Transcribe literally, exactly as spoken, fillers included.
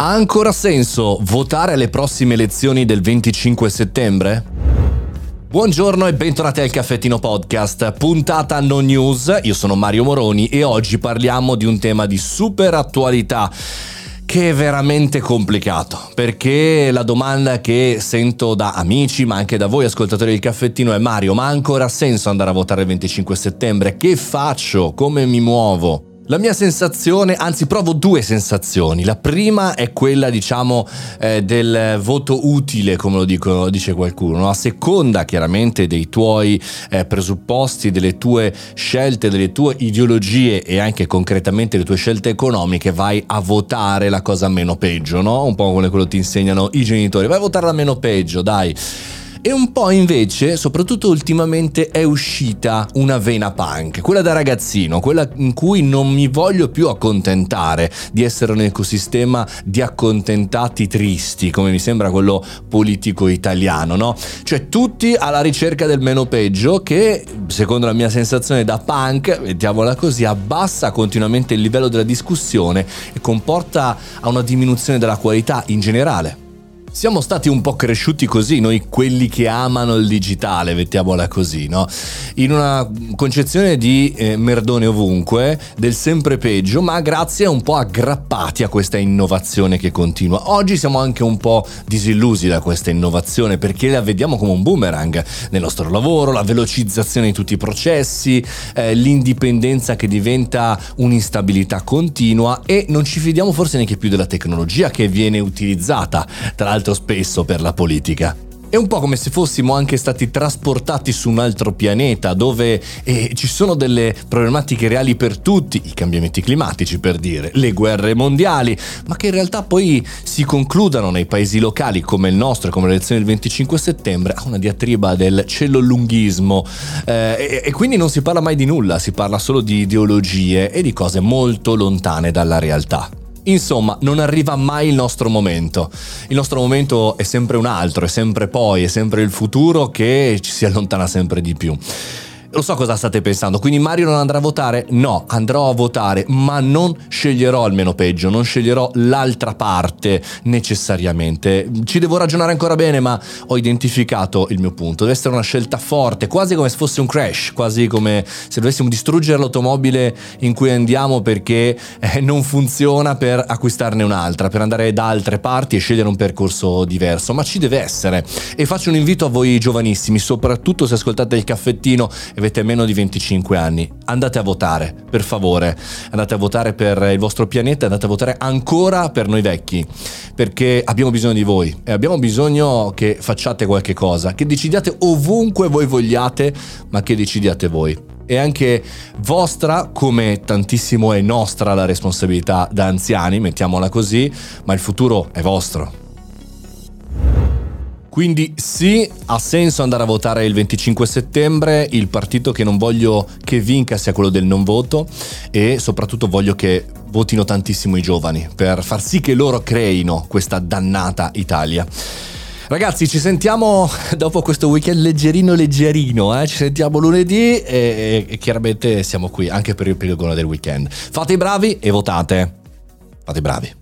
Ha ancora senso votare alle prossime elezioni del venticinque settembre? Buongiorno e bentornati al Caffettino Podcast, puntata no news. Io sono Mario Moroni e oggi parliamo di un tema di super attualità che è veramente complicato, perché la domanda che sento da amici ma anche da voi ascoltatori del Caffettino è: Mario, ma ha ancora senso andare a votare il venticinque settembre? Che faccio? Come mi muovo? La mia sensazione, anzi provo due sensazioni. La prima è quella, diciamo, eh, del voto utile, come lo dicono, dice qualcuno. La seconda, chiaramente, dei tuoi eh, presupposti, delle tue scelte, delle tue ideologie e anche concretamente le tue scelte economiche. Vai a votare la cosa meno peggio, no? Un po' come quello ti insegnano i genitori. Vai a votare la meno peggio, dai. E un po' invece, soprattutto ultimamente, è uscita una vena punk, quella da ragazzino, quella in cui non mi voglio più accontentare di essere un ecosistema di accontentati tristi, come mi sembra quello politico italiano, no? Cioè tutti alla ricerca del meno peggio che, secondo la mia sensazione da punk, mettiamola così, abbassa continuamente il livello della discussione e comporta a una diminuzione della qualità in generale. Siamo stati un po' cresciuti così, noi quelli che amano il digitale, mettiamola così, no? In una concezione di eh, merdone ovunque, del sempre peggio, ma grazie un po' aggrappati a questa innovazione che continua. Oggi siamo anche un po' disillusi da questa innovazione perché la vediamo come un boomerang nel nostro lavoro, la velocizzazione di tutti i processi, eh, l'indipendenza che diventa un'instabilità continua e non ci fidiamo forse neanche più della tecnologia che viene utilizzata, tra l'altro spesso per la politica. È un po' come se fossimo anche stati trasportati su un altro pianeta dove eh, ci sono delle problematiche reali per tutti, i cambiamenti climatici per dire, le guerre mondiali, ma che in realtà poi si concludano nei paesi locali come il nostro e come le elezioni del venticinque settembre a una diatriba del cellolunghismo eh, e, e quindi non si parla mai di nulla, si parla solo di ideologie e di cose molto lontane dalla realtà. Insomma, non arriva mai il nostro momento. Il nostro momento è sempre un altro, è sempre poi, è sempre il futuro che ci si allontana sempre di più. Lo so cosa state pensando, quindi Mario non andrà a votare? No, andrò a votare, ma non sceglierò il meno peggio, non sceglierò l'altra parte necessariamente. Ci devo ragionare ancora bene, ma ho identificato il mio punto. Deve essere una scelta forte, quasi come se fosse un crash, quasi come se dovessimo distruggere l'automobile in cui andiamo perché eh, non funziona, per acquistarne un'altra, per andare da altre parti e scegliere un percorso diverso, ma ci deve essere. E faccio un invito a voi giovanissimi, soprattutto se ascoltate il Caffettino e avete meno di venticinque anni, andate a votare, per favore, andate a votare per il vostro pianeta, andate a votare ancora per noi vecchi, perché abbiamo bisogno di voi e abbiamo bisogno che facciate qualche cosa, che decidiate ovunque voi vogliate, ma che decidiate voi. È anche vostra, come tantissimo è nostra la responsabilità da anziani, mettiamola così, ma il futuro è vostro. Quindi sì, ha senso andare a votare il venticinque settembre, il partito che non voglio che vinca sia quello del non voto e soprattutto voglio che votino tantissimo i giovani per far sì che loro creino questa dannata Italia. Ragazzi, ci sentiamo dopo questo weekend leggerino leggerino, eh? Ci sentiamo lunedì e, e chiaramente siamo qui anche per il periodo del weekend. Fate i bravi e votate, fate i bravi.